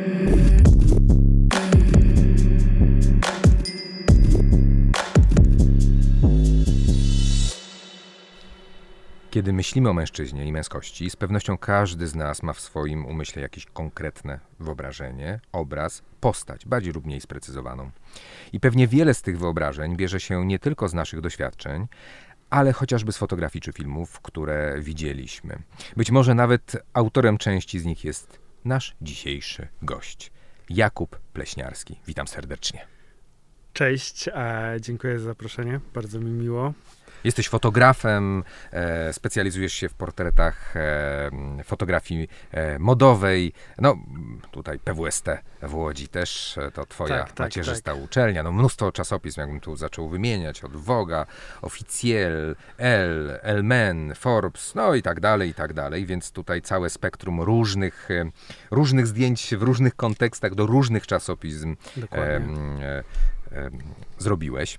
Kiedy myślimy o mężczyźnie i męskości, z pewnością każdy z nas ma w swoim umyśle jakieś konkretne wyobrażenie, obraz, postać, bardziej lub mniej sprecyzowaną. I pewnie wiele z tych wyobrażeń bierze się nie tylko z naszych doświadczeń, ale chociażby z fotografii czy filmów, które widzieliśmy. Być może nawet autorem części z nich jest nasz dzisiejszy gość, Jakub Pleśniarski. Witam serdecznie. Cześć, dziękuję za zaproszenie, bardzo mi miło. Jesteś fotografem, specjalizujesz się w portretach fotografii modowej. No, tutaj PWST w Łodzi też, to twoja macierzysta uczelnia. No, mnóstwo czasopism, jakbym tu zaczął wymieniać, od Vogue'a, Officiel, Elle, Men, Forbes, no i tak dalej, więc tutaj całe spektrum różnych zdjęć w różnych kontekstach do różnych czasopism zrobiłeś.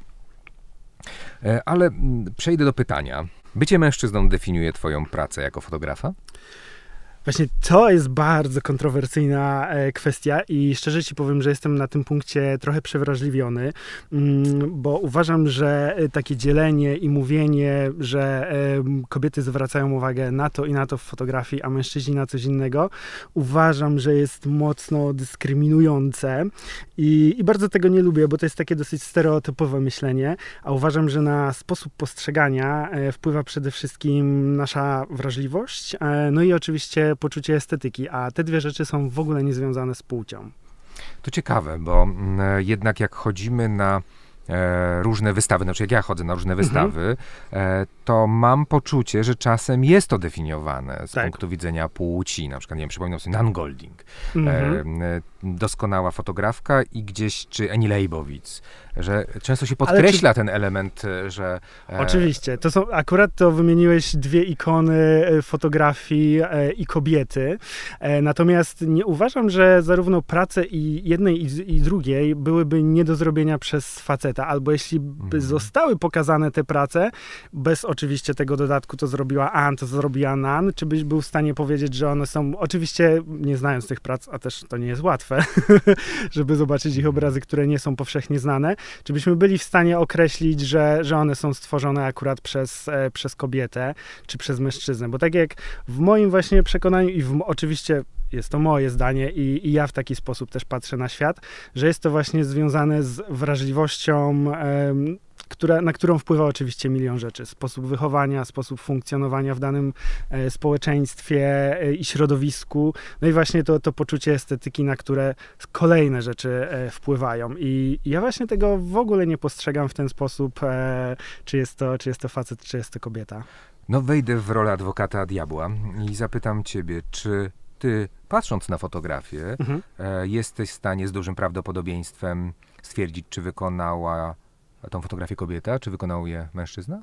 Ale przejdę do pytania. Bycie mężczyzną definiuje twoją pracę jako fotografa? Właśnie to jest bardzo kontrowersyjna kwestia i szczerze ci powiem, że jestem na tym punkcie trochę przewrażliwiony, bo uważam, że takie dzielenie i mówienie, że kobiety zwracają uwagę na to i na to w fotografii, a mężczyźni na coś innego, uważam, że jest mocno dyskryminujące i bardzo tego nie lubię, bo to jest takie dosyć stereotypowe myślenie, a uważam, że na sposób postrzegania wpływa przede wszystkim nasza wrażliwość, no i oczywiście poczucie estetyki, a te dwie rzeczy są w ogóle niezwiązane z płcią. To ciekawe, bo jednak jak chodzimy na różne wystawy, znaczy jak ja chodzę na różne wystawy, to mam poczucie, że czasem jest to definiowane z punktu widzenia płci. Na przykład, nie wiem, przypominam sobie Nan Golding, doskonała fotografka i gdzieś, czy Eni Leibovitz, że często się podkreśla ten element, że... Oczywiście, akurat to wymieniłeś dwie ikony fotografii i kobiety, natomiast nie uważam, że zarówno prace i jednej i drugiej byłyby nie do zrobienia przez faceta, albo jeśli by zostały pokazane te prace, bez oczywiście tego dodatku, to zrobiła Ann, to zrobiła Nan, czy byś był w stanie powiedzieć, że one są, oczywiście nie znając tych prac, a też to nie jest łatwe, żeby zobaczyć ich obrazy, które nie są powszechnie znane, czy byśmy byli w stanie określić, że one są stworzone akurat przez kobietę, czy przez mężczyznę, bo tak jak w moim właśnie przekonaniu i oczywiście jest to moje zdanie i ja w taki sposób też patrzę na świat, że jest to właśnie związane z wrażliwością, na którą wpływa oczywiście milion rzeczy. Sposób wychowania, sposób funkcjonowania w danym społeczeństwie i środowisku. No i właśnie to poczucie estetyki, na które kolejne rzeczy wpływają. I ja właśnie tego w ogóle nie postrzegam w ten sposób, czy jest to facet, czy jest to kobieta. No wejdę w rolę adwokata diabła i zapytam ciebie, czy ty, patrząc na fotografię, jesteś w stanie z dużym prawdopodobieństwem stwierdzić, czy wykonała tą fotografię kobieta, czy wykonał je mężczyzna?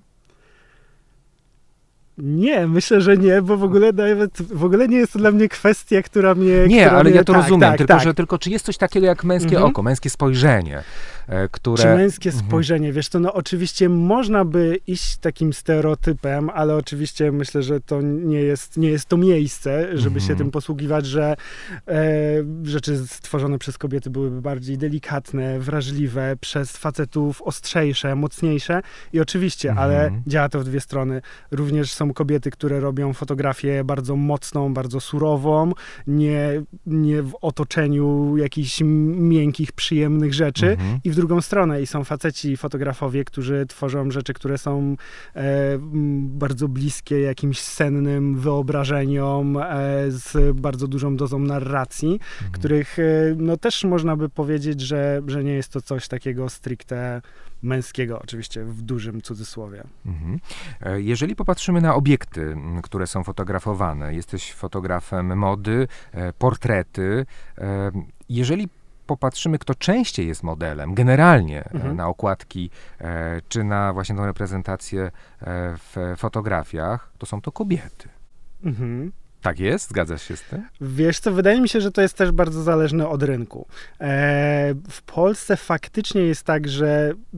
Nie, myślę, że nie, bo w ogóle nie jest to dla mnie kwestia, która mnie... Nie, ale ja to rozumiem, tak. Tylko czy jest coś takiego jak męskie oko, męskie spojrzenie, które... Czy męskie spojrzenie, wiesz, to oczywiście można by iść takim stereotypem, ale oczywiście myślę, że to nie jest to miejsce, żeby się tym posługiwać, że rzeczy stworzone przez kobiety byłyby bardziej delikatne, wrażliwe, przez facetów ostrzejsze, mocniejsze i oczywiście, ale działa to w dwie strony. Również są kobiety, które robią fotografię bardzo mocną, bardzo surową, nie w otoczeniu jakichś miękkich, przyjemnych rzeczy i w drugą stronę. I są faceci, fotografowie, którzy tworzą rzeczy, które są bardzo bliskie jakimś sennym wyobrażeniom z bardzo dużą dozą narracji, których też można by powiedzieć, że nie jest to coś takiego stricte męskiego, oczywiście w dużym cudzysłowie. Jeżeli popatrzymy na obiekty, które są fotografowane, jesteś fotografem mody, portrety, jeżeli popatrzymy, kto częściej jest modelem, generalnie na okładki, czy na właśnie tą reprezentację w fotografiach, to są to kobiety. Tak jest? Zgadzasz się z tym? Wiesz co, wydaje mi się, że to jest też bardzo zależne od rynku. W Polsce faktycznie jest tak, że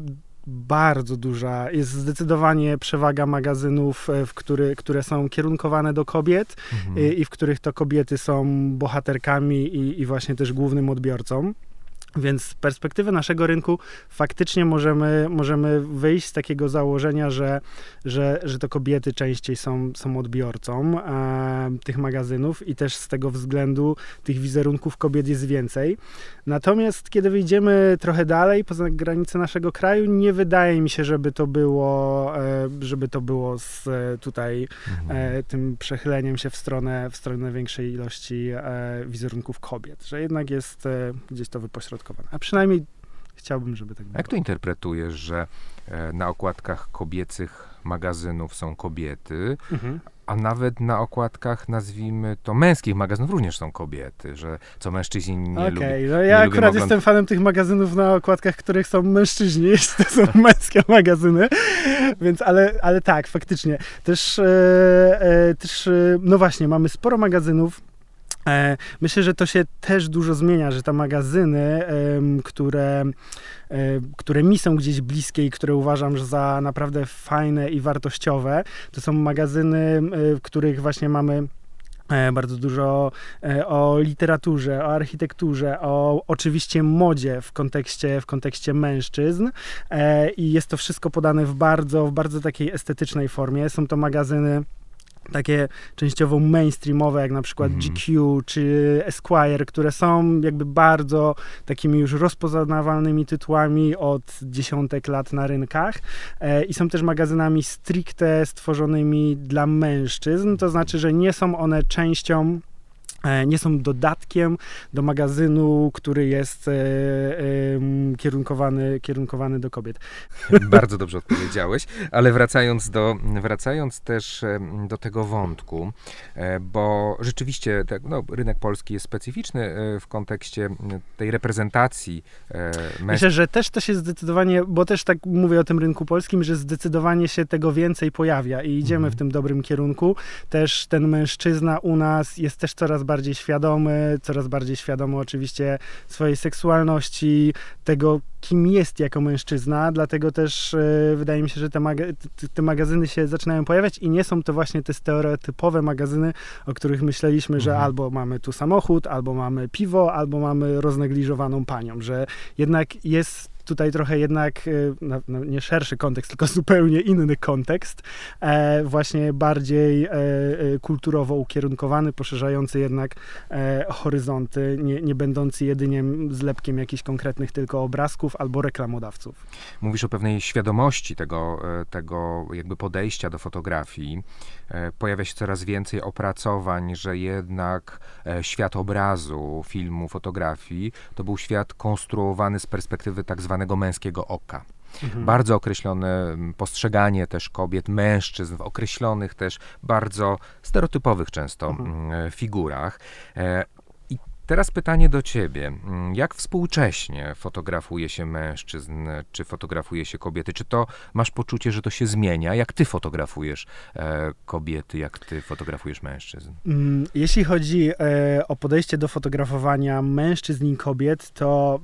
bardzo duża, jest zdecydowanie przewaga magazynów, które są kierunkowane do kobiet i w których to kobiety są bohaterkami i właśnie też głównym odbiorcą. Więc z perspektywy naszego rynku faktycznie możemy wyjść z takiego założenia, że to kobiety częściej są odbiorcą tych magazynów i też z tego względu tych wizerunków kobiet jest więcej. Natomiast kiedy wyjdziemy trochę dalej, poza granice naszego kraju, nie wydaje mi się, żeby to było z tutaj tym przechyleniem się w stronę większej ilości wizerunków kobiet, że jednak jest gdzieś to wypośrodkowane. A przynajmniej chciałbym, żeby tak było. Jak to interpretujesz, że na okładkach kobiecych magazynów są kobiety, a nawet na okładkach, nazwijmy to, męskich magazynów również są kobiety, że co mężczyźni nie lubią. No ja akurat jestem fanem tych magazynów na okładkach, których są mężczyźni, jeśli to są męskie magazyny, więc, ale tak, faktycznie. Też, no właśnie, mamy sporo magazynów. Myślę, że to się też dużo zmienia, że te magazyny, które mi są gdzieś bliskie i które uważam że za naprawdę fajne i wartościowe, to są magazyny, w których właśnie mamy bardzo dużo o literaturze, o architekturze, o oczywiście modzie w kontekście mężczyzn i jest to wszystko podane w bardzo takiej estetycznej formie. Są to magazyny takie częściowo mainstreamowe, jak na przykład GQ czy Esquire, które są jakby bardzo takimi już rozpoznawalnymi tytułami od dziesiątek lat na rynkach i są też magazynami stricte stworzonymi dla mężczyzn, to znaczy, że nie są one częścią, nie są dodatkiem do magazynu, który jest kierunkowany do kobiet. Bardzo dobrze odpowiedziałeś, ale wracając też do tego wątku, bo rzeczywiście rynek polski jest specyficzny w kontekście tej reprezentacji mężczyzn. Myślę, że też to się zdecydowanie, bo też tak mówię o tym rynku polskim, że zdecydowanie się tego więcej pojawia i idziemy w tym dobrym kierunku. Też ten mężczyzna u nas jest też coraz bardziej świadomy oczywiście swojej seksualności, tego, kim jest jako mężczyzna, dlatego też wydaje mi się, że te magazyny się zaczynają pojawiać i nie są to właśnie te stereotypowe magazyny, o których myśleliśmy, że albo mamy tu samochód, albo mamy piwo, albo mamy roznegliżowaną panią, że jednak jest tutaj trochę nie szerszy kontekst, tylko zupełnie inny kontekst, właśnie bardziej kulturowo ukierunkowany, poszerzający jednak horyzonty, nie będący jedynie zlepkiem jakichś konkretnych tylko obrazków albo reklamodawców. Mówisz o pewnej świadomości tego jakby podejścia do fotografii. Pojawia się coraz więcej opracowań, że jednak świat obrazu, filmu, fotografii to był świat konstruowany z perspektywy tak zwanego męskiego oka. Bardzo określone postrzeganie też kobiet, mężczyzn w określonych też bardzo stereotypowych często figurach. I teraz pytanie do ciebie. Jak współcześnie fotografuje się mężczyzn, czy fotografuje się kobiety? Czy to masz poczucie, że to się zmienia? Jak ty fotografujesz kobiety, jak ty fotografujesz mężczyzn? Jeśli chodzi o podejście do fotografowania mężczyzn i kobiet, to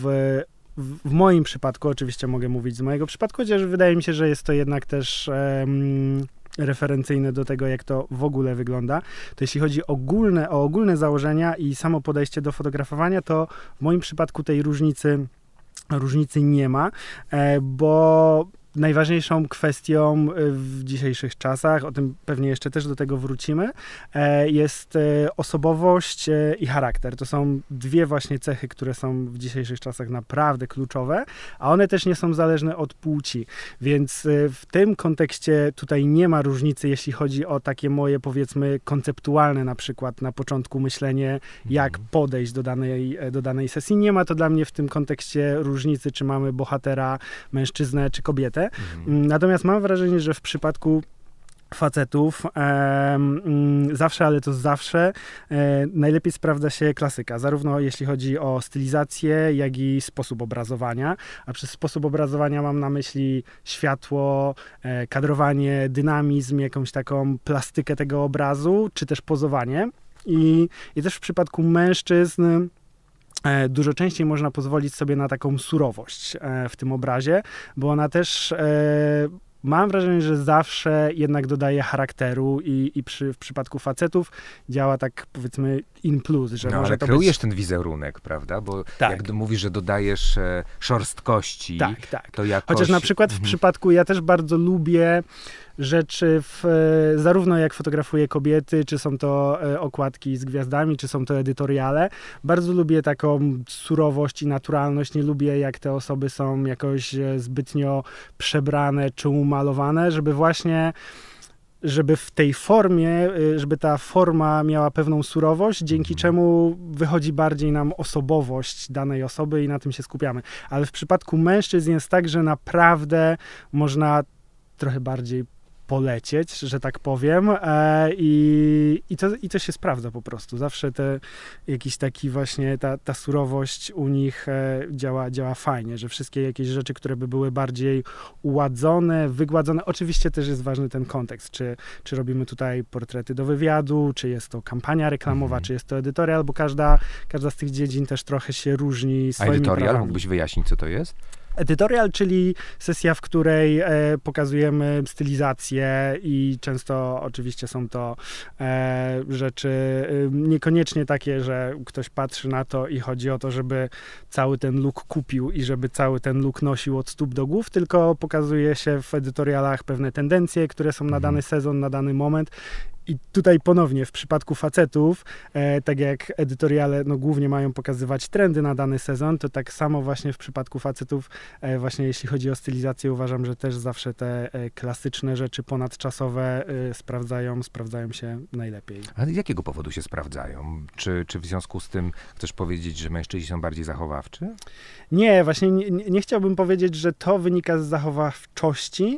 w moim przypadku, oczywiście mogę mówić z mojego przypadku, chociaż wydaje mi się, że jest to jednak też referencyjne do tego, jak to w ogóle wygląda, to jeśli chodzi o ogólne założenia i samo podejście do fotografowania, to w moim przypadku tej różnicy nie ma, bo najważniejszą kwestią w dzisiejszych czasach, o tym pewnie jeszcze też do tego wrócimy, jest osobowość i charakter. To są dwie właśnie cechy, które są w dzisiejszych czasach naprawdę kluczowe, a one też nie są zależne od płci. Więc w tym kontekście tutaj nie ma różnicy, jeśli chodzi o takie moje, powiedzmy, konceptualne na przykład na początku myślenie, jak podejść do danej sesji. Nie ma to dla mnie w tym kontekście różnicy, czy mamy bohatera, mężczyznę, czy kobietę. Natomiast mam wrażenie, że w przypadku facetów zawsze, ale to zawsze najlepiej sprawdza się klasyka, zarówno jeśli chodzi o stylizację, jak i sposób obrazowania, a przez sposób obrazowania mam na myśli światło, kadrowanie, dynamizm, jakąś taką plastykę tego obrazu, czy też pozowanie. I też w przypadku mężczyzn dużo częściej można pozwolić sobie na taką surowość w tym obrazie, bo ona też mam wrażenie, że zawsze jednak dodaje charakteru i w przypadku facetów działa tak, powiedzmy, in plus. Że może ale to kreujesz ten wizerunek, prawda? Bo jak mówisz, że dodajesz szorstkości, to jakoś... Chociaż na przykład w przypadku, ja też bardzo lubię rzeczy, zarówno jak fotografuję kobiety, czy są to okładki z gwiazdami, czy są to edytoriale. Bardzo lubię taką surowość i naturalność. Nie lubię, jak te osoby są jakoś zbytnio przebrane czy umalowane, żeby w tej formie, żeby ta forma miała pewną surowość, dzięki czemu wychodzi bardziej nam osobowość danej osoby i na tym się skupiamy. Ale w przypadku mężczyzn jest tak, że naprawdę można trochę bardziej polecieć, że tak powiem, i to się sprawdza po prostu. Zawsze jakiś taki właśnie ta surowość u nich działa fajnie, że wszystkie jakieś rzeczy, które by były bardziej uładzone, wygładzone, oczywiście też jest ważny ten kontekst, czy robimy tutaj portrety do wywiadu, czy jest to kampania reklamowa, czy jest to edytorial, bo każda z tych dziedzin też trochę się różni swoimi edytorial? prawami. Mógłbyś wyjaśnić, co to jest? Edytorial, czyli sesja, w której pokazujemy stylizację i często oczywiście są to rzeczy niekoniecznie takie, że ktoś patrzy na to i chodzi o to, żeby cały ten look kupił i żeby cały ten look nosił od stóp do głów, tylko pokazuje się w edytorialach pewne tendencje, które są na dany sezon, na dany moment. I tutaj ponownie w przypadku facetów, tak jak edytoriale głównie mają pokazywać trendy na dany sezon, to tak samo właśnie w przypadku facetów, właśnie jeśli chodzi o stylizację, uważam, że też zawsze te klasyczne rzeczy ponadczasowe sprawdzają się najlepiej. A z jakiego powodu się sprawdzają? Czy w związku z tym chcesz powiedzieć, że mężczyźni są bardziej zachowawczy? Nie, właśnie nie chciałbym powiedzieć, że to wynika z zachowawczości,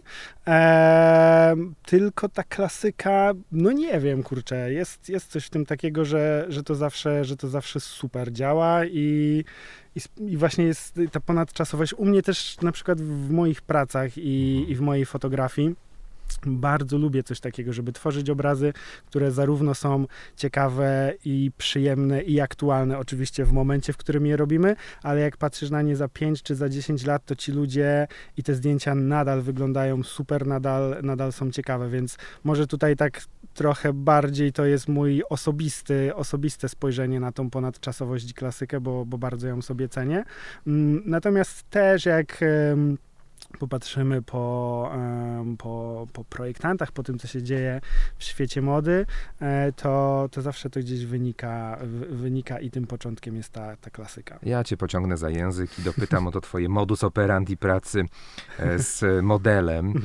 tylko ta klasyka, nie wiem, kurczę, jest coś w tym takiego, że to zawsze super działa i właśnie jest ta ponadczasowość. U mnie też na przykład w moich pracach i w mojej fotografii bardzo lubię coś takiego, żeby tworzyć obrazy, które zarówno są ciekawe i przyjemne i aktualne oczywiście w momencie, w którym je robimy, ale jak patrzysz na nie za 5 czy za 10 lat, to ci ludzie i te zdjęcia nadal wyglądają super, nadal są ciekawe, więc może tutaj tak trochę bardziej to jest mój osobiste spojrzenie na tą ponadczasowość i klasykę, bo bardzo ją sobie cenię. Natomiast też jak popatrzymy po projektantach, po tym, co się dzieje w świecie mody, to zawsze to gdzieś wynika i tym początkiem jest ta klasyka. Ja cię pociągnę za język i dopytam o to twoje modus operandi pracy z modelem.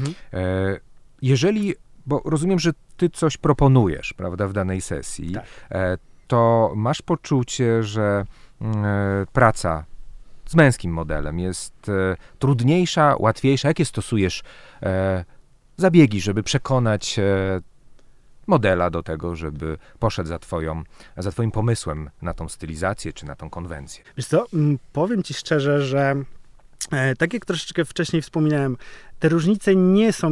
Bo rozumiem, że ty coś proponujesz, prawda, w danej sesji, tak. To masz poczucie, że praca z męskim modelem jest trudniejsza, łatwiejsza? Jakie stosujesz zabiegi, żeby przekonać modela do tego, żeby poszedł za twoim pomysłem na tą stylizację czy na tą konwencję? Wiesz co, powiem ci szczerze, że tak jak troszeczkę wcześniej wspominałem, te różnice nie są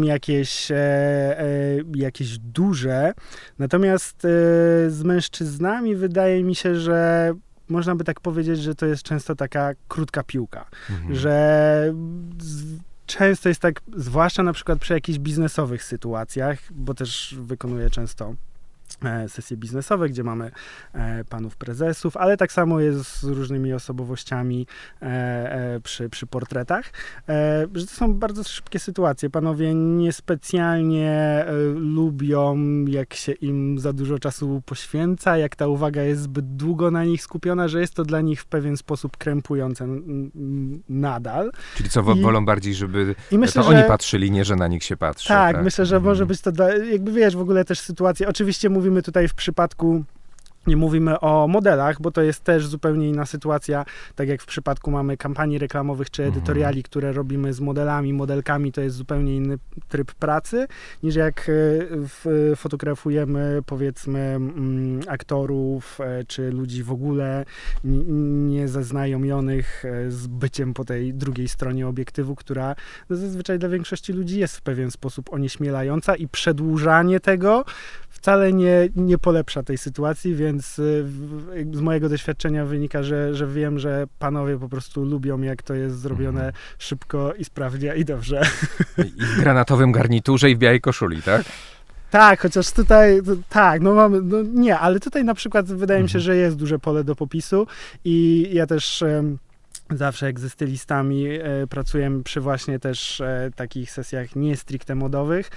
jakieś duże, natomiast z mężczyznami wydaje mi się, że można by tak powiedzieć, że to jest często taka krótka piłka, że często jest tak, zwłaszcza na przykład przy jakichś biznesowych sytuacjach, bo też wykonuję często sesje biznesowe, gdzie mamy panów prezesów, ale tak samo jest z różnymi osobowościami przy portretach, że to są bardzo szybkie sytuacje. Panowie niespecjalnie lubią, jak się im za dużo czasu poświęca, jak ta uwaga jest zbyt długo na nich skupiona, że jest to dla nich w pewien sposób krępujące nadal. Czyli co, wolą bardziej, żeby myślę, to oni patrzyli, nie, że na nich się patrzy. Tak, myślę, że może być to, jakby wiesz, w ogóle też sytuacja, oczywiście mówimy tutaj w przypadku, nie mówimy o modelach, bo to jest też zupełnie inna sytuacja, tak jak w przypadku mamy kampanii reklamowych czy edytoriali, które robimy z modelami, modelkami, to jest zupełnie inny tryb pracy, niż jak fotografujemy, powiedzmy, aktorów, czy ludzi w ogóle niezaznajomionych z byciem po tej drugiej stronie obiektywu, która zazwyczaj dla większości ludzi jest w pewien sposób onieśmielająca i przedłużanie tego w wcale nie polepsza tej sytuacji, więc z mojego doświadczenia wynika, że wiem, że panowie po prostu lubią, jak to jest zrobione szybko i sprawnie i dobrze. I w granatowym garniturze i w białej koszuli, tak? Tak, chociaż tutaj, tak, no mamy, no nie, ale tutaj na przykład wydaje mi się, że jest duże pole do popisu i ja też zawsze jak ze stylistami pracujemy przy właśnie też takich sesjach nie stricte modowych,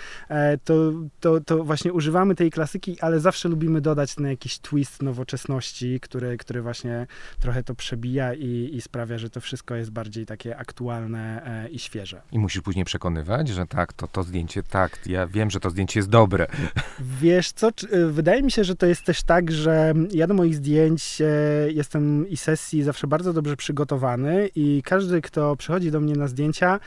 to właśnie używamy tej klasyki, ale zawsze lubimy dodać ten jakiś twist nowoczesności, który właśnie trochę to przebija i sprawia, że to wszystko jest bardziej takie aktualne i świeże. I musisz później przekonywać, że tak, to zdjęcie, tak, ja wiem, że to zdjęcie jest dobre. Wiesz co, wydaje mi się, że to jest też tak, że ja do moich zdjęć jestem i sesji zawsze bardzo dobrze przygotowany i każdy, kto przychodzi do mnie na zdjęcia,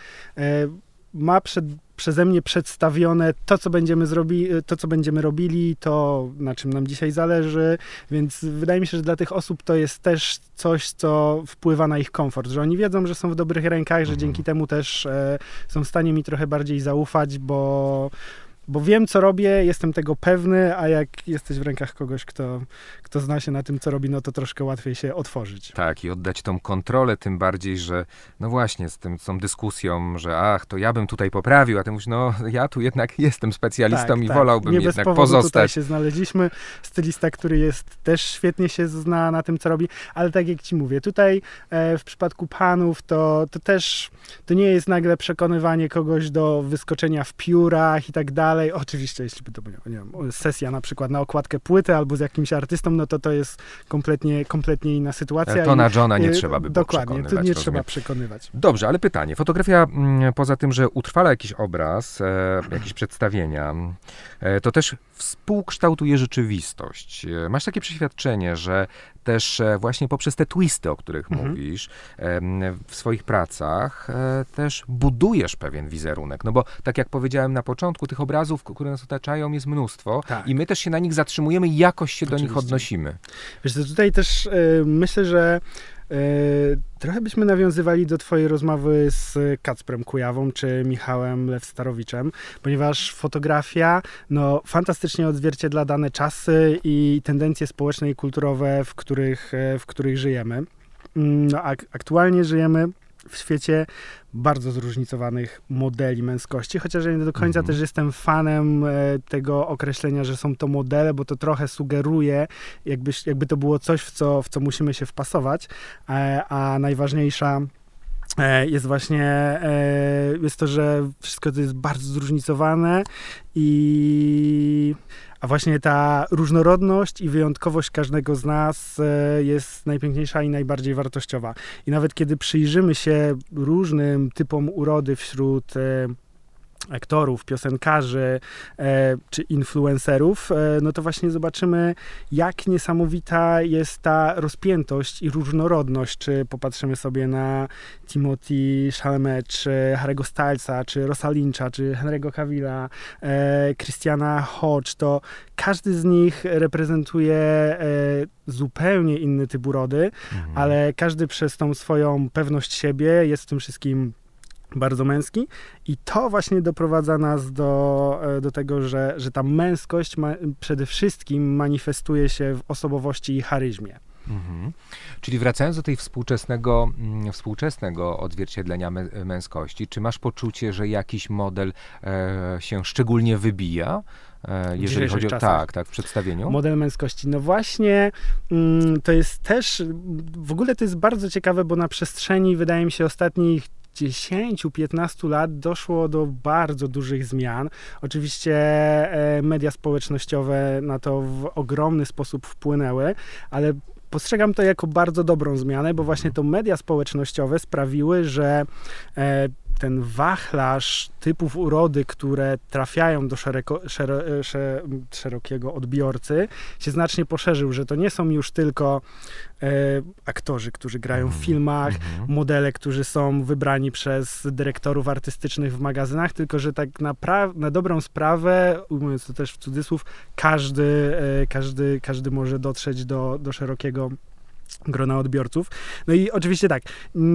ma przeze mnie przedstawione to, co będziemy robili, to, na czym nam dzisiaj zależy, więc wydaje mi się, że dla tych osób to jest też coś, co wpływa na ich komfort, że oni wiedzą, że są w dobrych rękach, że dzięki temu też są w stanie mi trochę bardziej zaufać, bo wiem, co robię, jestem tego pewny, a jak jesteś w rękach kogoś, kto zna się na tym, co robi, no to troszkę łatwiej się otworzyć. Tak, i oddać tą kontrolę, tym bardziej, że no właśnie z tą dyskusją, że to ja bym tutaj poprawił, a ty mówisz, no ja tu jednak jestem specjalistą i wolałbym nie jednak bez pozostać. Tutaj się znaleźliśmy, stylista, który jest też świetnie się zna na tym, co robi, ale tak jak ci mówię, tutaj w przypadku panów to też to nie jest nagle przekonywanie kogoś do wyskoczenia w piórach i tak dalej. Oczywiście, jeśli by to była, nie wiem, sesja na przykład na okładkę płyty albo z jakimś artystą, no to jest kompletnie inna sytuacja. To na Johna nie trzeba by było dokładnie, tu nie trzeba przekonywać. Dobrze, ale pytanie. Fotografia, poza tym, że utrwala jakiś obraz, jakieś przedstawienia, to też współkształtuje rzeczywistość. Masz takie przeświadczenie, że też właśnie poprzez te twisty, o których mówisz, w swoich pracach też budujesz pewien wizerunek. No bo tak jak powiedziałem na początku, tych obrazów, które nas otaczają, jest mnóstwo i my też się na nich zatrzymujemy i jakoś się do nich odnosimy. Wiesz, to tutaj też myślę, że trochę byśmy nawiązywali do twojej rozmowy z Kacprem Kujawą czy Michałem Lewstarowiczem, ponieważ fotografia fantastycznie odzwierciedla dane czasy i tendencje społeczne i kulturowe, w których żyjemy. Aktualnie żyjemy w świecie bardzo zróżnicowanych modeli męskości, chociaż ja nie do końca też jestem fanem tego określenia, że są to modele, bo to trochę sugeruje, jakby to było coś, w co musimy się wpasować, a najważniejsza jest właśnie jest to, że wszystko to jest bardzo zróżnicowane a właśnie ta różnorodność i wyjątkowość każdego z nas jest najpiękniejsza i najbardziej wartościowa. I nawet kiedy przyjrzymy się różnym typom urody wśród aktorów, piosenkarzy czy influencerów, no to właśnie zobaczymy, jak niesamowita jest ta rozpiętość i różnorodność. Czy popatrzymy sobie na Timothée Chalamet, czy Harry'ego Stylesa, czy Rossa Lyncha, czy Henry'ego Cavilla, Christiana Hodge, to każdy z nich reprezentuje zupełnie inny typ urody, ale każdy przez tą swoją pewność siebie jest w tym wszystkim bardzo męski i to właśnie doprowadza nas do tego, że ta męskość przede wszystkim manifestuje się w osobowości i charyzmie. Czyli wracając do tej współczesnego odzwierciedlenia męskości, czy masz poczucie, że jakiś model się szczególnie wybija? Jeżeli chodzi o w przedstawieniu? Model męskości. No właśnie, to jest też, w ogóle to jest bardzo ciekawe, bo na przestrzeni, wydaje mi się, ostatnich 10-15 lat doszło do bardzo dużych zmian. Oczywiście media społecznościowe na to w ogromny sposób wpłynęły, ale postrzegam to jako bardzo dobrą zmianę, bo właśnie to media społecznościowe sprawiły, że ten wachlarz typów urody, które trafiają do szerokiego odbiorcy, się znacznie poszerzył, że to nie są już tylko aktorzy, którzy grają w filmach, modele, którzy są wybrani przez dyrektorów artystycznych w magazynach, tylko że tak na dobrą sprawę, ujmując to też w cudzysłów, każdy może dotrzeć do szerokiego grona odbiorców. No i oczywiście tak,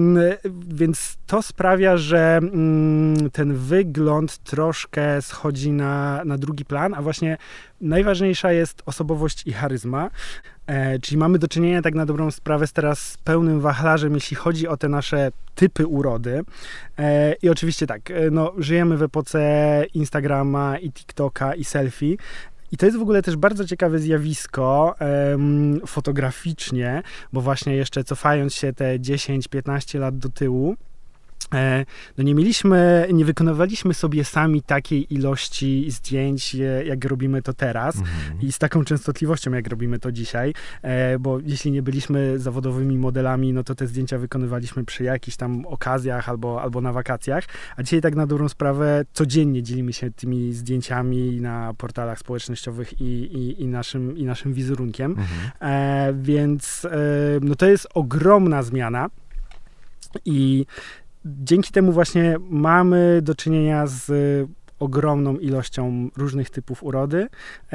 więc to sprawia, że ten wygląd troszkę schodzi na drugi plan, a właśnie najważniejsza jest osobowość i charyzma. Czyli mamy do czynienia tak na dobrą sprawę teraz z pełnym wachlarzem, jeśli chodzi o te nasze typy urody. I oczywiście tak, no, żyjemy w epoce Instagrama i TikToka i selfie. I to jest w ogóle też bardzo ciekawe zjawisko fotograficznie, bo właśnie jeszcze cofając się te 10-15 lat do tyłu, no nie wykonywaliśmy sobie sami takiej ilości zdjęć, jak robimy to teraz i z taką częstotliwością, jak robimy to dzisiaj, bo jeśli nie byliśmy zawodowymi modelami, no to te zdjęcia wykonywaliśmy przy jakichś tam okazjach albo na wakacjach, a dzisiaj tak na dobrą sprawę codziennie dzielimy się tymi zdjęciami na portalach społecznościowych i naszym wizerunkiem, więc no to jest ogromna zmiana i dzięki temu właśnie mamy do czynienia z ogromną ilością różnych typów urody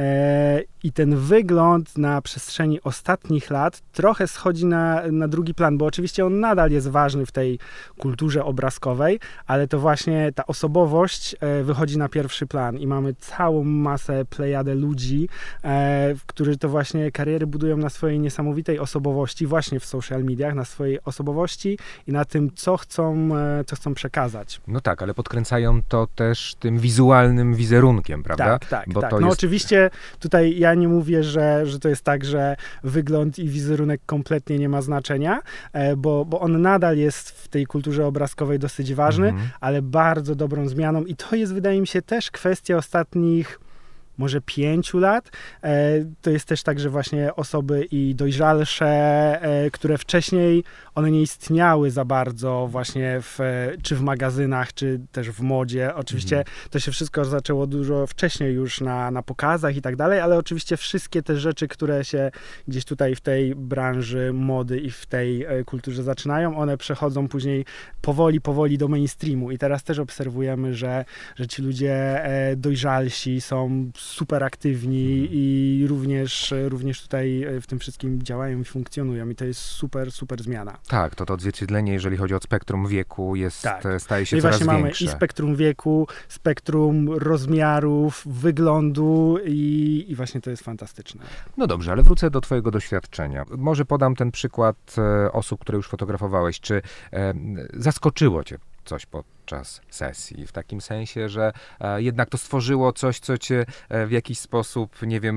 i ten wygląd na przestrzeni ostatnich lat trochę schodzi na drugi plan, bo oczywiście on nadal jest ważny w tej kulturze obrazkowej, ale to właśnie ta osobowość wychodzi na pierwszy plan i mamy całą masę plejadę ludzi, którzy to właśnie kariery budują na swojej niesamowitej osobowości, właśnie w social mediach, na swojej osobowości i na tym, co chcą przekazać. No tak, ale podkręcają to też tym wizualnym wizerunkiem, prawda? Tak. Bo tak. to no jest... oczywiście tutaj ja nie mówię, że to jest tak, że wygląd i wizerunek kompletnie nie ma znaczenia, bo on nadal jest w tej kulturze obrazkowej dosyć ważny, ale bardzo dobrą zmianą i to jest, wydaje mi się, też kwestia ostatnich może 5 lat. To jest też tak, że właśnie osoby i dojrzalsze, które wcześniej one nie istniały za bardzo właśnie czy w magazynach, czy też w modzie. Oczywiście to się wszystko zaczęło dużo wcześniej już na pokazach i tak dalej, ale oczywiście wszystkie te rzeczy, które się gdzieś tutaj w tej branży mody i w tej kulturze zaczynają, one przechodzą później powoli do mainstreamu i teraz też obserwujemy, że ci ludzie dojrzalsi są super aktywni i również tutaj w tym wszystkim działają i funkcjonują i to jest super zmiana. Tak, to odzwierciedlenie, jeżeli chodzi o spektrum wieku, staje się i coraz właśnie większe. Mamy i spektrum wieku, spektrum rozmiarów, wyglądu i właśnie to jest fantastyczne. No dobrze, ale wrócę do twojego doświadczenia. Może podam ten przykład osób, które już fotografowałeś. Czy zaskoczyło cię coś podczas sesji? W takim sensie, że jednak to stworzyło coś, co cię w jakiś sposób,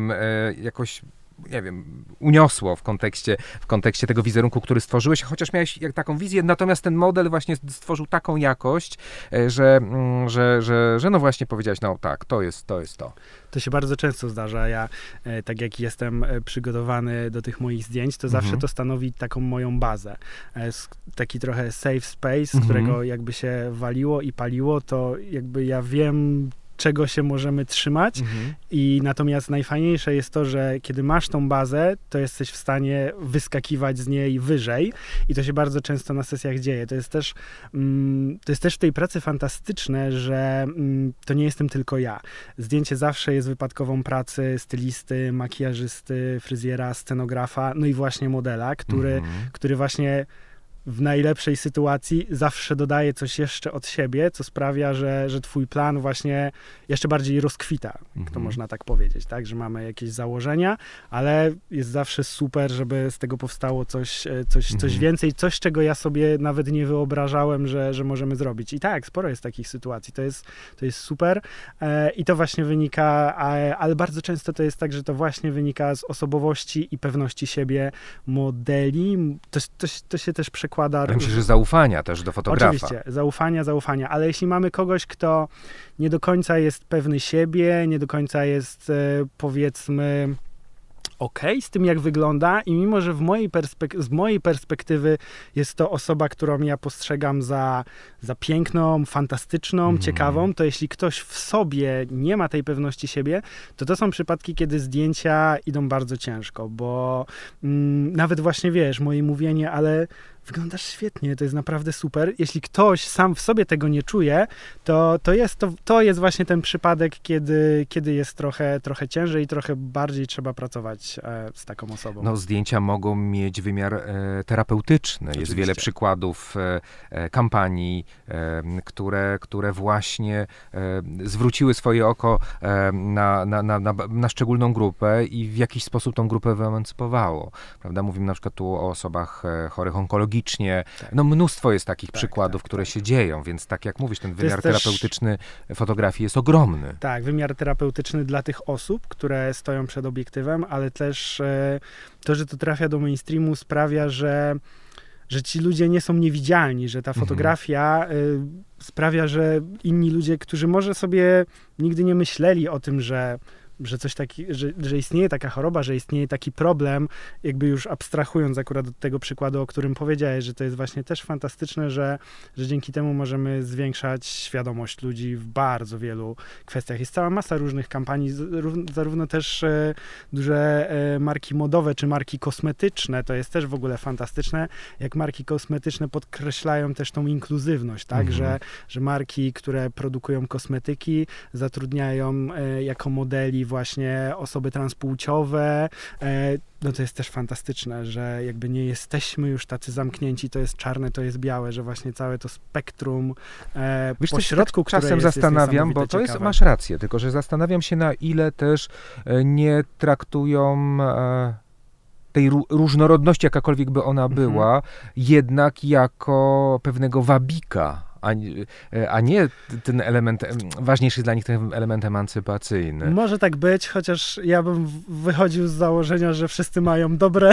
jakoś uniosło w kontekście tego wizerunku, który stworzyłeś, chociaż miałeś taką wizję, natomiast ten model właśnie stworzył taką jakość, że no właśnie powiedziałeś, no tak, to jest to. To się bardzo często zdarza. Ja, tak jak jestem przygotowany do tych moich zdjęć, to zawsze to stanowi taką moją bazę. Taki trochę safe space, z którego jakby się waliło i paliło, to jakby ja wiem, czego się możemy trzymać i natomiast najfajniejsze jest to, że kiedy masz tą bazę, to jesteś w stanie wyskakiwać z niej wyżej i to się bardzo często na sesjach dzieje. To jest też w tej pracy fantastyczne, że to nie jestem tylko ja. Zdjęcie zawsze jest wypadkową pracy stylisty, makijażysty, fryzjera, scenografa, no i właśnie modela, który właśnie w najlepszej sytuacji zawsze dodaje coś jeszcze od siebie, co sprawia, że twój plan właśnie jeszcze bardziej rozkwita, jak to można tak powiedzieć, tak? Że mamy jakieś założenia, ale jest zawsze super, żeby z tego powstało coś więcej, coś, czego ja sobie nawet nie wyobrażałem, że możemy zrobić. I tak, sporo jest takich sytuacji. To jest super i to właśnie wynika, ale bardzo często to jest tak, że to właśnie wynika z osobowości i pewności siebie modeli. To się też przekłada. Myślę, że zaufania też do fotografa. Oczywiście, zaufania, ale jeśli mamy kogoś, kto nie do końca jest pewny siebie, nie do końca jest powiedzmy okej z tym, jak wygląda i mimo, że z mojej perspektywy jest to osoba, którą ja postrzegam za piękną, fantastyczną, ciekawą, to jeśli ktoś w sobie nie ma tej pewności siebie, to są przypadki, kiedy zdjęcia idą bardzo ciężko, bo nawet właśnie moje mówienie, ale wyglądasz świetnie, to jest naprawdę super. Jeśli ktoś sam w sobie tego nie czuje, to jest właśnie ten przypadek, kiedy jest trochę ciężej i trochę bardziej trzeba pracować z taką osobą. No, zdjęcia mogą mieć wymiar terapeutyczny. Oczywiście. Jest wiele przykładów kampanii, które właśnie zwróciły swoje oko na szczególną grupę i w jakiś sposób tą grupę wyemancypowało. Prawda? Mówimy na przykład tu o osobach chorych onkologicznie. Tak. No mnóstwo jest takich przykładów, które się dzieją, więc tak jak mówisz, ten wymiar terapeutyczny fotografii jest ogromny. Tak, wymiar terapeutyczny dla tych osób, które stoją przed obiektywem, ale też to, że to trafia do mainstreamu sprawia, że ci ludzie nie są niewidzialni, że ta fotografia sprawia, że inni ludzie, którzy może sobie nigdy nie myśleli o tym, że coś że istnieje taka choroba, że istnieje taki problem, jakby już abstrahując akurat od tego przykładu, o którym powiedziałeś, że to jest właśnie też fantastyczne, że dzięki temu możemy zwiększać świadomość ludzi w bardzo wielu kwestiach. Jest cała masa różnych kampanii, zarówno też duże marki modowe, czy marki kosmetyczne, to jest też w ogóle fantastyczne, jak marki kosmetyczne podkreślają też tą inkluzywność, tak, że marki, które produkują kosmetyki, zatrudniają jako modeli właśnie osoby transpłciowe. No to jest też fantastyczne, że jakby nie jesteśmy już tacy zamknięci, to jest czarne, to jest białe, że właśnie całe to spektrum pośrodku, które czasem zastanawiam, bo to jest, masz rację, tylko że zastanawiam się, na ile też nie traktują tej różnorodności, jakakolwiek by ona była, jednak jako pewnego wabika, a nie ten element, ważniejszy dla nich ten element emancypacyjny. Może tak być, chociaż ja bym wychodził z założenia, że wszyscy mają dobre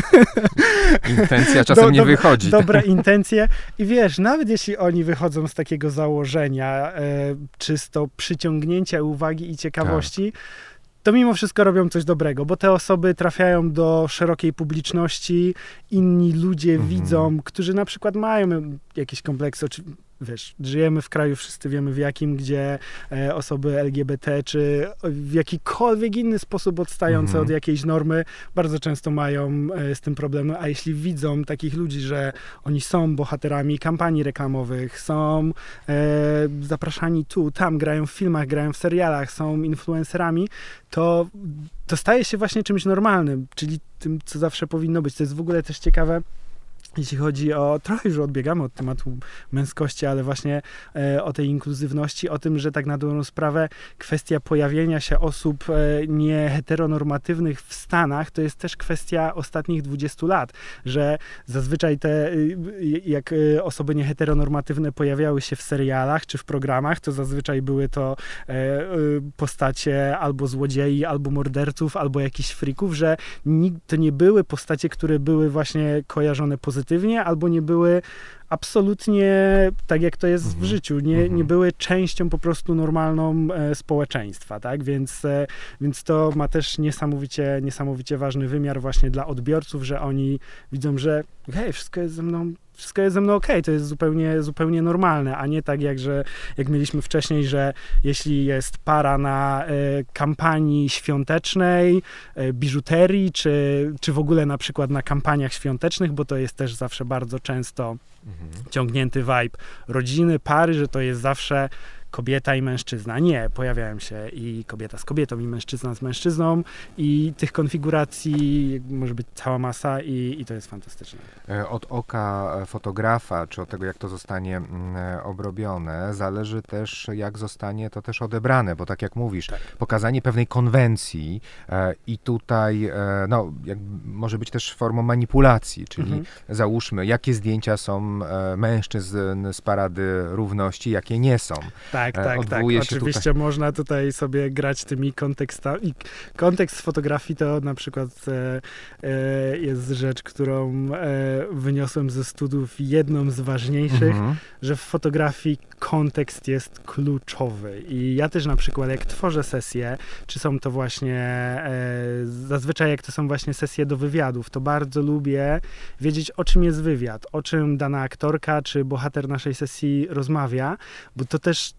intencje, a czasem nie wychodzi. Dobre intencje i wiesz, nawet jeśli oni wychodzą z takiego założenia czysto przyciągnięcia uwagi i ciekawości, to mimo wszystko robią coś dobrego, bo te osoby trafiają do szerokiej publiczności, inni ludzie widzą, którzy na przykład mają jakieś kompleksy, wiesz, żyjemy w kraju, wszyscy wiemy w jakim, gdzie osoby LGBT, czy w jakikolwiek inny sposób odstające od jakiejś normy, bardzo często mają z tym problemy, a jeśli widzą takich ludzi, że oni są bohaterami kampanii reklamowych, są zapraszani tu, tam, grają w filmach, grają w serialach, są influencerami, to staje się właśnie czymś normalnym, czyli tym, co zawsze powinno być. To jest w ogóle też ciekawe, jeśli chodzi o, trochę już odbiegamy od tematu męskości, ale właśnie o tej inkluzywności, o tym, że tak na dobrą sprawę kwestia pojawienia się osób nieheteronormatywnych w Stanach, to jest też kwestia ostatnich 20 lat, że zazwyczaj jak osoby nieheteronormatywne pojawiały się w serialach czy w programach, to zazwyczaj były to postacie albo złodziei, albo morderców, albo jakichś frików, że to nie były postacie, które były właśnie kojarzone pozytywnie, albo nie były absolutnie tak, jak to jest w życiu. Nie były częścią po prostu normalną społeczeństwa, tak? Więc to ma też niesamowicie ważny wymiar właśnie dla odbiorców, że oni widzą, że hej, wszystko jest ze mną okej, to jest zupełnie normalne, a nie tak jak mieliśmy wcześniej, że jeśli jest para na kampanii świątecznej, biżuterii, czy w ogóle na przykład na kampaniach świątecznych, bo to jest też zawsze bardzo często ciągnięty vibe rodziny, pary, że to jest zawsze kobieta i mężczyzna. Nie, pojawiają się i kobieta z kobietą, i mężczyzna z mężczyzną i tych konfiguracji może być cała masa i to jest fantastyczne. Od oka fotografa, czy od tego, jak to zostanie obrobione, zależy też, jak zostanie to też odebrane, bo tak jak mówisz, pokazanie pewnej konwencji i tutaj może być też formą manipulacji, czyli załóżmy, jakie zdjęcia są mężczyzn z Parady Równości, jakie nie są. Tak. Oczywiście można tutaj sobie grać tymi kontekstami. Kontekst fotografii to na przykład jest rzecz, którą wyniosłem ze studiów, jedną z ważniejszych, że w fotografii kontekst jest kluczowy. I ja też na przykład, jak tworzę sesje, czy są to właśnie, zazwyczaj jak to są właśnie sesje do wywiadów, to bardzo lubię wiedzieć, o czym jest wywiad, o czym dana aktorka, czy bohater naszej sesji rozmawia, bo to też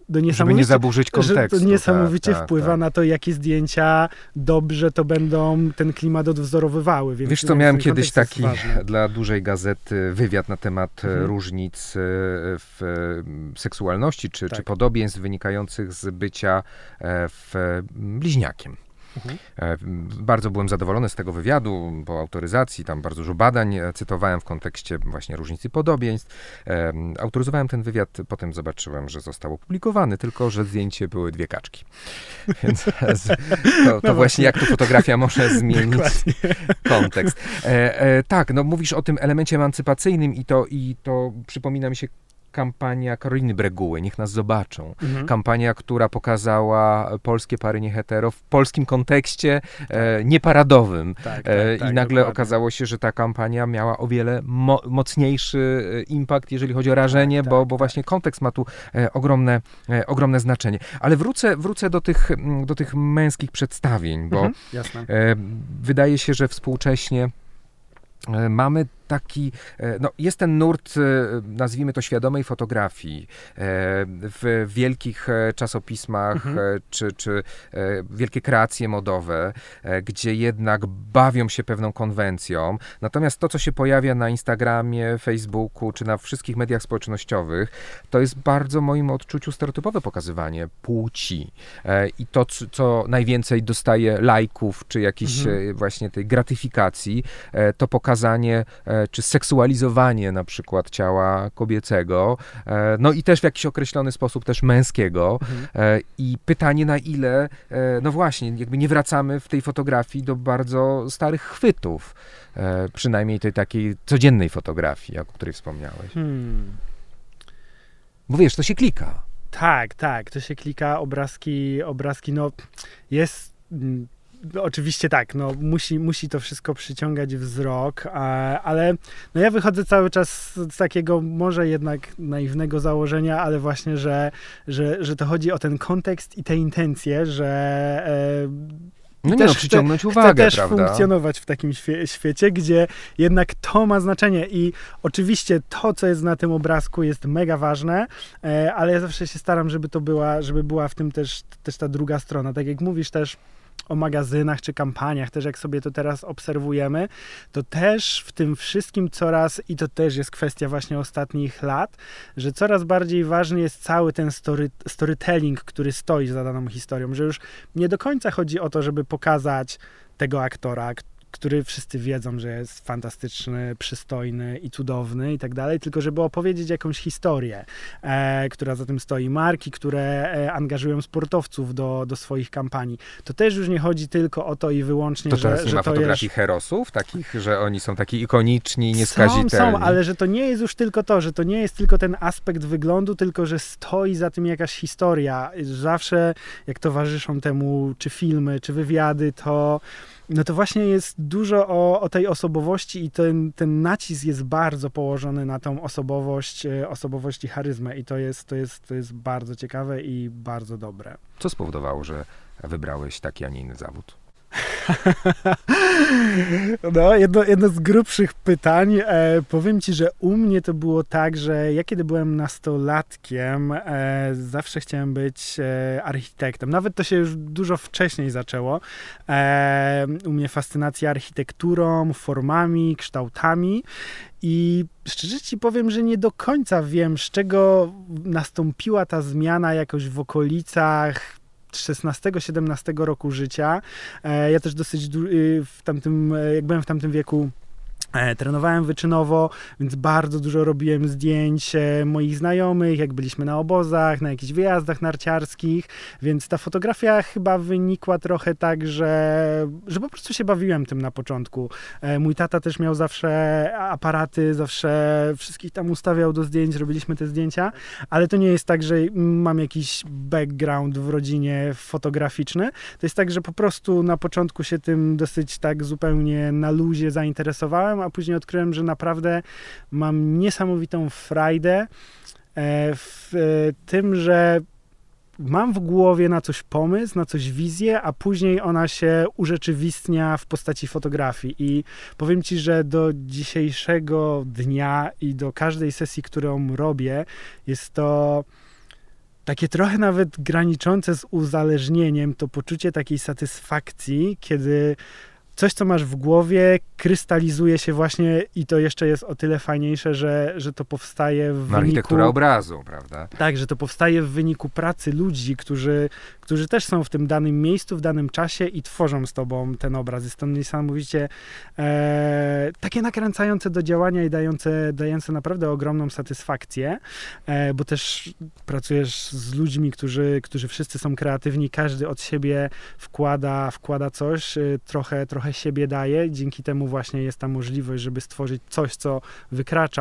Żeby nie zaburzyć kontekstu. Że to niesamowicie wpływa na to, jakie zdjęcia dobrze to będą ten klimat odwzorowywały. Więc wiesz co, miałem kiedyś taki dla dużej gazety wywiad na temat różnic w seksualności czy podobieństw wynikających z bycia bliźniakiem. Bardzo byłem zadowolony z tego wywiadu, po autoryzacji, tam bardzo dużo badań cytowałem w kontekście właśnie różnicy podobieństw. Autoryzowałem ten wywiad, potem zobaczyłem, że został opublikowany, tylko że zdjęcie były 2 kaczki. Więc to właśnie jak tu fotografia może zmienić kontekst. Tak, no mówisz o tym elemencie emancypacyjnym i to przypomina mi się kampania Karoliny Breguły, Niech nas zobaczą. Kampania, która pokazała polskie pary niehetero w polskim kontekście nieparadowym. I nagle okazało się, że ta kampania miała o wiele mocniejszy impact, jeżeli chodzi o rażenie, bo właśnie kontekst ma tu ogromne znaczenie. Ale wrócę do tych męskich przedstawień, bo wydaje się, że współcześnie mamy taki, jest ten nurt, nazwijmy to świadomej fotografii w wielkich czasopismach, czy wielkie kreacje modowe, gdzie jednak bawią się pewną konwencją. Natomiast to, co się pojawia na Instagramie, Facebooku, czy na wszystkich mediach społecznościowych, to jest bardzo w moim odczuciu stereotypowe pokazywanie płci. I to, co najwięcej dostaje lajków, czy jakiejś właśnie tej gratyfikacji, to pokazanie czy seksualizowanie na przykład ciała kobiecego, no i też w jakiś określony sposób też męskiego. I pytanie, na ile, no właśnie, jakby nie wracamy w tej fotografii do bardzo starych chwytów, przynajmniej tej takiej codziennej fotografii, o której wspomniałeś. Bo wiesz, to się klika. Tak, to się klika, obrazki, no jest... Oczywiście tak, no musi to wszystko przyciągać wzrok, ale no ja wychodzę cały czas z takiego może jednak naiwnego założenia, ale właśnie, że to chodzi o ten kontekst i te intencje, że przyciągnąć uwagę, chcę też prawda? Funkcjonować w takim świecie, gdzie jednak to ma znaczenie i oczywiście to, co jest na tym obrazku, jest mega ważne, ale ja zawsze się staram, żeby była w tym też ta druga strona. Tak jak mówisz też o magazynach czy kampaniach, też jak sobie to teraz obserwujemy, to też w tym wszystkim i to też jest kwestia właśnie ostatnich lat, że coraz bardziej ważny jest cały ten storytelling, który stoi za daną historią, że już nie do końca chodzi o to, żeby pokazać tego aktora, który wszyscy wiedzą, że jest fantastyczny, przystojny i cudowny i tak dalej, tylko żeby opowiedzieć jakąś historię, która za tym stoi. Marki, które angażują sportowców do swoich kampanii. To też już nie chodzi tylko o to i wyłącznie, że nie ma fotografii herosów, takich, że oni są taki ikoniczni, nieskazitelni. Są, ale że to nie jest już tylko to, że to nie jest tylko ten aspekt wyglądu, tylko że stoi za tym jakaś historia. Zawsze jak towarzyszą temu czy filmy, czy wywiady, to właśnie jest dużo o tej osobowości i ten nacisk jest bardzo położony na tą osobowość i charyzmę i to jest bardzo ciekawe i bardzo dobre. Co spowodowało, że wybrałeś taki, a nie inny zawód? No, jedno z grubszych pytań. Powiem ci, że u mnie to było tak, że ja kiedy byłem nastolatkiem, zawsze chciałem być architektem. Nawet to się już dużo wcześniej zaczęło. U mnie fascynacja architekturą, formami, kształtami. I szczerze ci powiem, że nie do końca wiem, z czego nastąpiła ta zmiana jakoś w okolicach 16-17 roku życia. Ja też dosyć jak byłem w tamtym wieku, trenowałem wyczynowo, więc bardzo dużo robiłem zdjęć moich znajomych, jak byliśmy na obozach, na jakichś wyjazdach narciarskich, więc ta fotografia chyba wynikła trochę tak, że po prostu się bawiłem tym na początku. Mój tata też miał zawsze aparaty, zawsze wszystkich tam ustawiał do zdjęć, robiliśmy te zdjęcia, ale to nie jest tak, że mam jakiś background w rodzinie fotograficzny. To jest tak, że po prostu na początku się tym dosyć tak zupełnie na luzie zainteresowałem, a później odkryłem, że naprawdę mam niesamowitą frajdę w tym, że mam w głowie na coś pomysł, na coś wizję, a później ona się urzeczywistnia w postaci fotografii. I powiem ci, że do dzisiejszego dnia i do każdej sesji, którą robię, jest to takie trochę nawet graniczące z uzależnieniem, to poczucie takiej satysfakcji, kiedy coś, co masz w głowie, krystalizuje się właśnie i to jeszcze jest o tyle fajniejsze, że to powstaje w wyniku... Architektura obrazu, prawda? Tak, że to powstaje w wyniku pracy ludzi, którzy też są w tym danym miejscu, w danym czasie i tworzą z tobą ten obraz. Jest to niesamowicie takie nakręcające do działania i dające naprawdę ogromną satysfakcję, bo też pracujesz z ludźmi, którzy wszyscy są kreatywni, każdy od siebie wkłada coś, trochę siebie daje. Dzięki temu właśnie jest ta możliwość, żeby stworzyć coś, co wykracza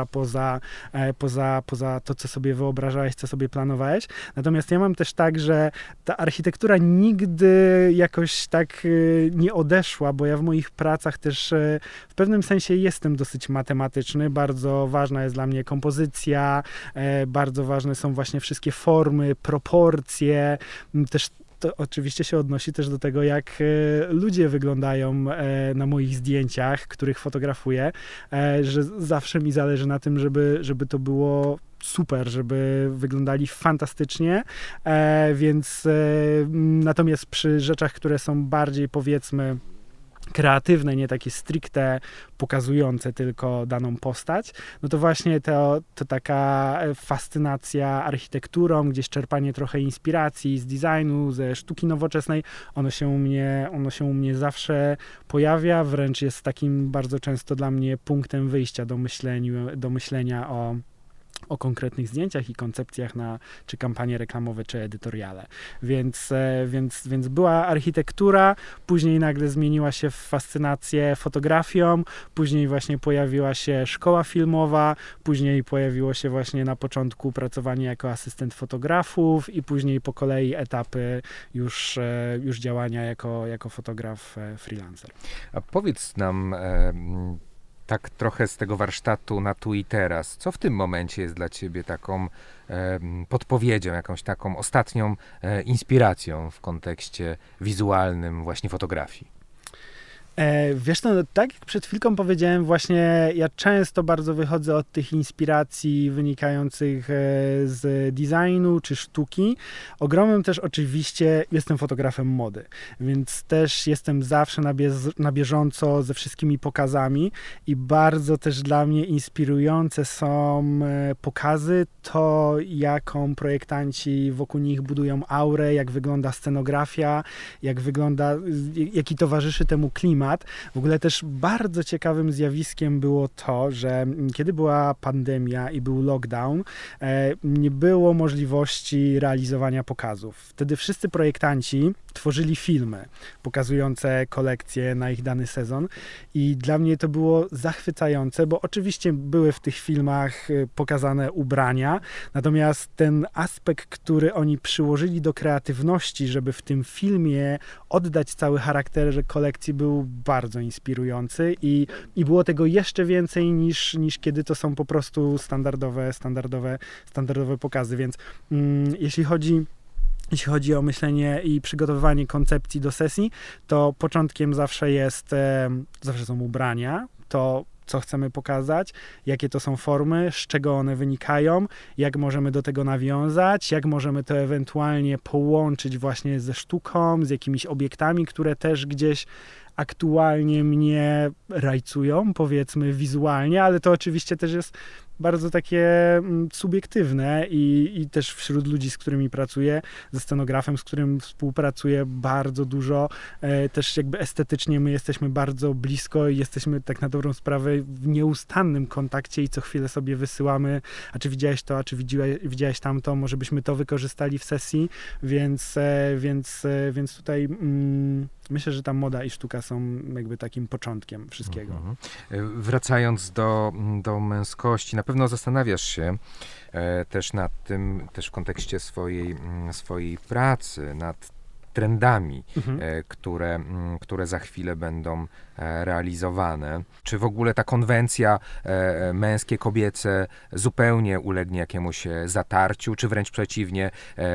poza to, co sobie wyobrażałeś, co sobie planowałeś. Natomiast ja mam też tak, że ta architektura nigdy jakoś tak nie odeszła, bo ja w moich pracach też w pewnym sensie jestem dosyć matematyczny. Bardzo ważna jest dla mnie kompozycja, bardzo ważne są właśnie wszystkie formy, proporcje, też to oczywiście się odnosi też do tego, jak ludzie wyglądają na moich zdjęciach, których fotografuję, że zawsze mi zależy na tym, żeby to było super, żeby wyglądali fantastycznie, więc natomiast przy rzeczach, które są bardziej, powiedzmy, kreatywne, nie takie stricte pokazujące tylko daną postać, no to właśnie to taka fascynacja architekturą, gdzieś czerpanie trochę inspiracji z designu, ze sztuki nowoczesnej, ono się u mnie zawsze pojawia, wręcz jest takim bardzo często dla mnie punktem wyjścia do myślenia o konkretnych zdjęciach i koncepcjach czy kampanie reklamowe, czy edytoriale. Więc była architektura, później nagle zmieniła się w fascynację fotografią, później właśnie pojawiła się szkoła filmowa, później pojawiło się właśnie na początku pracowanie jako asystent fotografów i później po kolei etapy już działania jako fotograf freelancer. A powiedz nam tak trochę z tego warsztatu na tu i teraz. Co w tym momencie jest dla ciebie taką podpowiedzią, jakąś taką ostatnią inspiracją w kontekście wizualnym właśnie fotografii? Wiesz, no, tak jak przed chwilką powiedziałem, właśnie ja często bardzo wychodzę od tych inspiracji wynikających z designu czy sztuki. Ogromnym też oczywiście jestem fotografem mody, więc też jestem zawsze na bieżąco ze wszystkimi pokazami i bardzo też dla mnie inspirujące są pokazy, to jaką projektanci wokół nich budują aurę, jak wygląda scenografia, jaki towarzyszy temu klimat. W ogóle też bardzo ciekawym zjawiskiem było to, że kiedy była pandemia i był lockdown, nie było możliwości realizowania pokazów. Wtedy wszyscy projektanci tworzyli filmy pokazujące kolekcje na ich dany sezon i dla mnie to było zachwycające, bo oczywiście były w tych filmach pokazane ubrania, natomiast ten aspekt, który oni przyłożyli do kreatywności, żeby w tym filmie oddać cały charakter kolekcji, był bardzo inspirujący i było tego jeszcze więcej niż kiedy to są po prostu standardowe pokazy, więc jeśli chodzi o myślenie i przygotowywanie koncepcji do sesji, to początkiem zawsze są ubrania, to co chcemy pokazać, jakie to są formy, z czego one wynikają, jak możemy do tego nawiązać, jak możemy to ewentualnie połączyć właśnie ze sztuką, z jakimiś obiektami, które też gdzieś aktualnie mnie rajcują, powiedzmy wizualnie, ale to oczywiście też jest bardzo takie subiektywne i też wśród ludzi, z którymi pracuję, ze scenografem, z którym współpracuję bardzo dużo, też jakby estetycznie my jesteśmy bardzo blisko i jesteśmy tak na dobrą sprawę w nieustannym kontakcie i co chwilę sobie wysyłamy, a czy widziałeś to, a czy widziałeś tamto, może byśmy to wykorzystali w sesji, więc tutaj myślę, że ta moda i sztuka są jakby takim początkiem wszystkiego. Wracając do męskości, na pewno zastanawiasz się też nad tym, też w kontekście swojej pracy, nad trendami, które za chwilę będą realizowane. Czy w ogóle ta konwencja męskie, kobiece zupełnie ulegnie jakiemuś zatarciu, czy wręcz przeciwnie,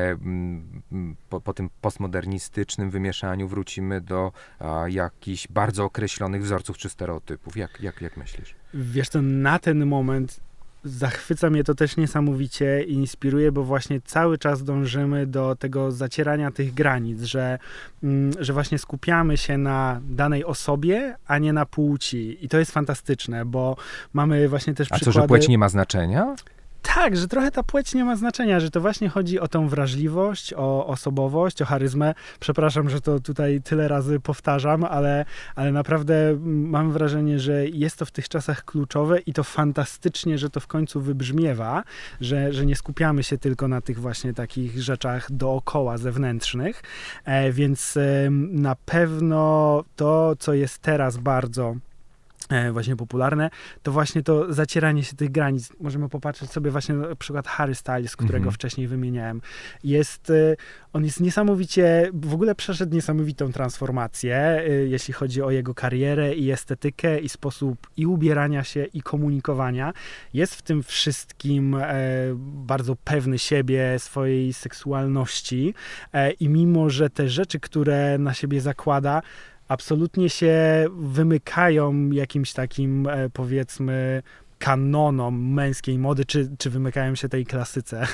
po tym postmodernistycznym wymieszaniu wrócimy do jakichś bardzo określonych wzorców czy stereotypów? Jak myślisz? Wiesz, to na ten moment zachwyca mnie to też niesamowicie i inspiruje, bo właśnie cały czas dążymy do tego zacierania tych granic, że właśnie skupiamy się na danej osobie, a nie na płci. I to jest fantastyczne, bo mamy właśnie też przykłady... A co, że płeć nie ma znaczenia? Tak, że trochę ta płeć nie ma znaczenia, że to właśnie chodzi o tą wrażliwość, o osobowość, o charyzmę. Przepraszam, że to tutaj tyle razy powtarzam, ale naprawdę mam wrażenie, że jest to w tych czasach kluczowe i to fantastycznie, że to w końcu wybrzmiewa, że nie skupiamy się tylko na tych właśnie takich rzeczach dookoła zewnętrznych, więc na pewno to, co jest teraz bardzo właśnie popularne, to właśnie to zacieranie się tych granic. Możemy popatrzeć sobie właśnie na przykład Harry Styles, którego wcześniej wymieniałem. On jest niesamowicie, w ogóle przeszedł niesamowitą transformację, jeśli chodzi o jego karierę i estetykę i sposób i ubierania się i komunikowania. Jest w tym wszystkim bardzo pewny siebie, swojej seksualności i mimo, że te rzeczy, które na siebie zakłada, absolutnie się wymykają jakimś takim, powiedzmy, kanonom męskiej mody, czy wymykają się tej klasyce,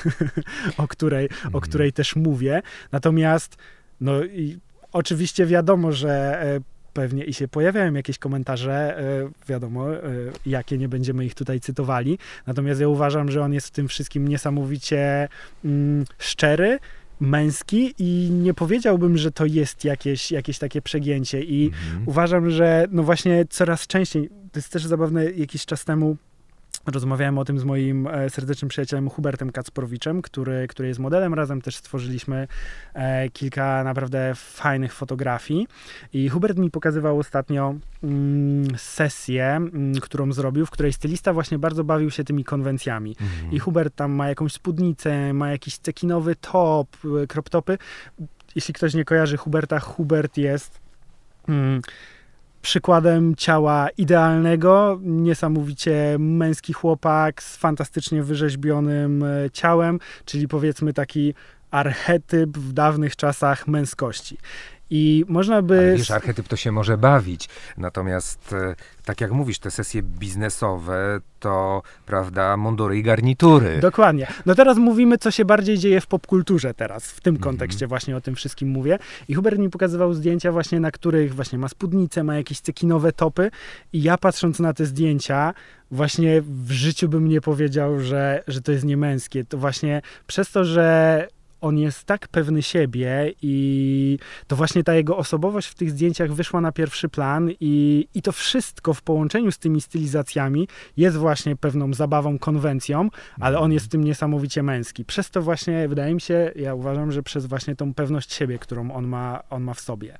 o której też mówię. Natomiast, no i oczywiście wiadomo, że pewnie i się pojawiają jakieś komentarze, wiadomo, jakie, nie będziemy ich tutaj cytowali. Natomiast ja uważam, że on jest w tym wszystkim niesamowicie szczery, męski i nie powiedziałbym, że to jest jakieś takie przegięcie i uważam, że no właśnie coraz częściej, to jest też zabawne, jakiś czas temu rozmawiałem o tym z moim serdecznym przyjacielem Hubertem Kacprowiczem, który jest modelem. Razem też stworzyliśmy kilka naprawdę fajnych fotografii. I Hubert mi pokazywał ostatnio sesję, którą zrobił, w której stylista właśnie bardzo bawił się tymi konwencjami. I Hubert tam ma jakąś spódnicę, ma jakiś cekinowy top, crop topy. Jeśli ktoś nie kojarzy Huberta, Hubert jest przykładem ciała idealnego, niesamowicie męski chłopak z fantastycznie wyrzeźbionym ciałem, czyli powiedzmy taki archetyp w dawnych czasach męskości. I można by... Ale wiesz, archetyp to się może bawić, natomiast tak jak mówisz, te sesje biznesowe to, prawda, mundury i garnitury. Dokładnie. No teraz mówimy, co się bardziej dzieje w popkulturze teraz, w tym kontekście właśnie o tym wszystkim mówię. I Hubert mi pokazywał zdjęcia właśnie, na których właśnie ma spódnicę, ma jakieś cekinowe topy i ja patrząc na te zdjęcia, właśnie w życiu bym nie powiedział, że to jest niemęskie. To właśnie przez to, że on jest tak pewny siebie i to właśnie ta jego osobowość w tych zdjęciach wyszła na pierwszy plan i to wszystko w połączeniu z tymi stylizacjami jest właśnie pewną zabawą, konwencją, ale on jest w tym niesamowicie męski. Przez to właśnie, wydaje mi się, ja uważam, że przez właśnie tą pewność siebie, którą on ma w sobie.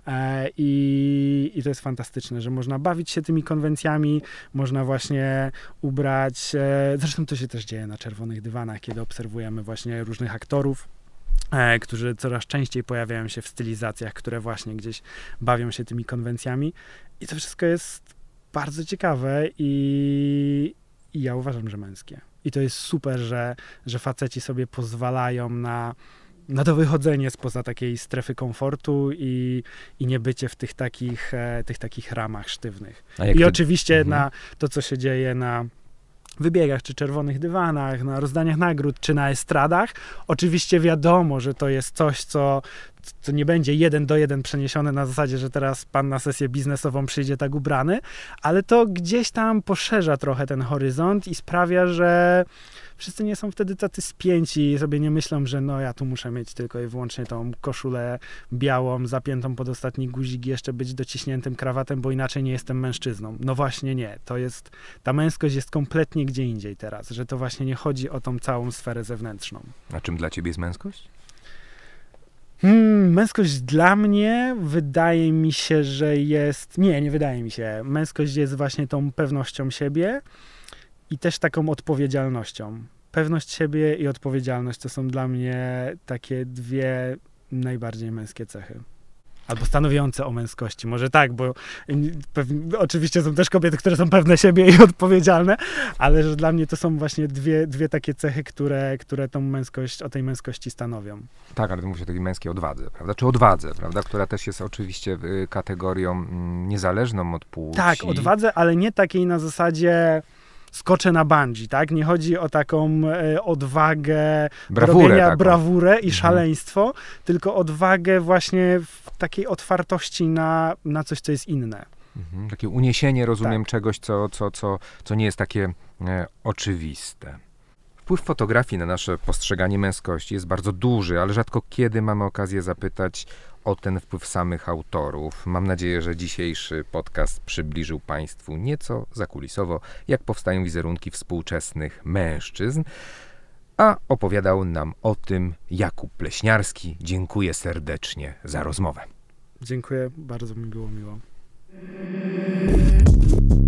I to jest fantastyczne, że można bawić się tymi konwencjami, można właśnie ubrać, zresztą to się też dzieje na czerwonych dywanach, kiedy obserwujemy właśnie różnych aktorów, którzy coraz częściej pojawiają się w stylizacjach, które właśnie gdzieś bawią się tymi konwencjami. I to wszystko jest bardzo ciekawe i ja uważam, że męskie. I to jest super, że faceci sobie pozwalają na to wychodzenie spoza takiej strefy komfortu i nie bycie w tych takich ramach sztywnych. I oczywiście na to, co się dzieje na wybiegach, czy czerwonych dywanach, na rozdaniach nagród, czy na estradach. Oczywiście wiadomo, że to jest coś, co nie będzie 1:1 przeniesione na zasadzie, że teraz pan na sesję biznesową przyjdzie tak ubrany, ale to gdzieś tam poszerza trochę ten horyzont i sprawia, że wszyscy nie są wtedy tacy spięci i sobie nie myślą, że no ja tu muszę mieć tylko i wyłącznie tą koszulę białą, zapiętą pod ostatni guzik i jeszcze być dociśniętym krawatem, bo inaczej nie jestem mężczyzną. No właśnie nie. Ta męskość jest kompletnie gdzie indziej teraz, że to właśnie nie chodzi o tą całą sferę zewnętrzną. A czym dla ciebie jest męskość? Męskość dla mnie wydaje mi się, że jest... Nie wydaje mi się. Męskość jest właśnie tą pewnością siebie i też taką odpowiedzialnością. Pewność siebie i odpowiedzialność to są dla mnie takie dwie najbardziej męskie cechy. Albo stanowiące o męskości. Może tak, bo oczywiście są też kobiety, które są pewne siebie i odpowiedzialne, ale że dla mnie to są właśnie dwie takie cechy, które tą męskość, o tej męskości stanowią. Tak, ale mówisz o takiej męskiej odwadze, prawda? Czy odwadze, prawda? Która też jest oczywiście kategorią niezależną od płci. Tak, odwadze, ale nie takiej na zasadzie skoczę na bungee, tak? Nie chodzi o taką odwagę, brawurę i szaleństwo, tylko odwagę właśnie w takiej otwartości na coś, co jest inne. Takie uniesienie, rozumiem, czegoś, co nie jest takie oczywiste. Wpływ fotografii na nasze postrzeganie męskości jest bardzo duży, ale rzadko kiedy mamy okazję zapytać o ten wpływ samych autorów. Mam nadzieję, że dzisiejszy podcast przybliżył Państwu nieco zakulisowo, jak powstają wizerunki współczesnych mężczyzn, a opowiadał nam o tym Jakub Pleśniarski. Dziękuję serdecznie za rozmowę. Dziękuję, bardzo mi było miło.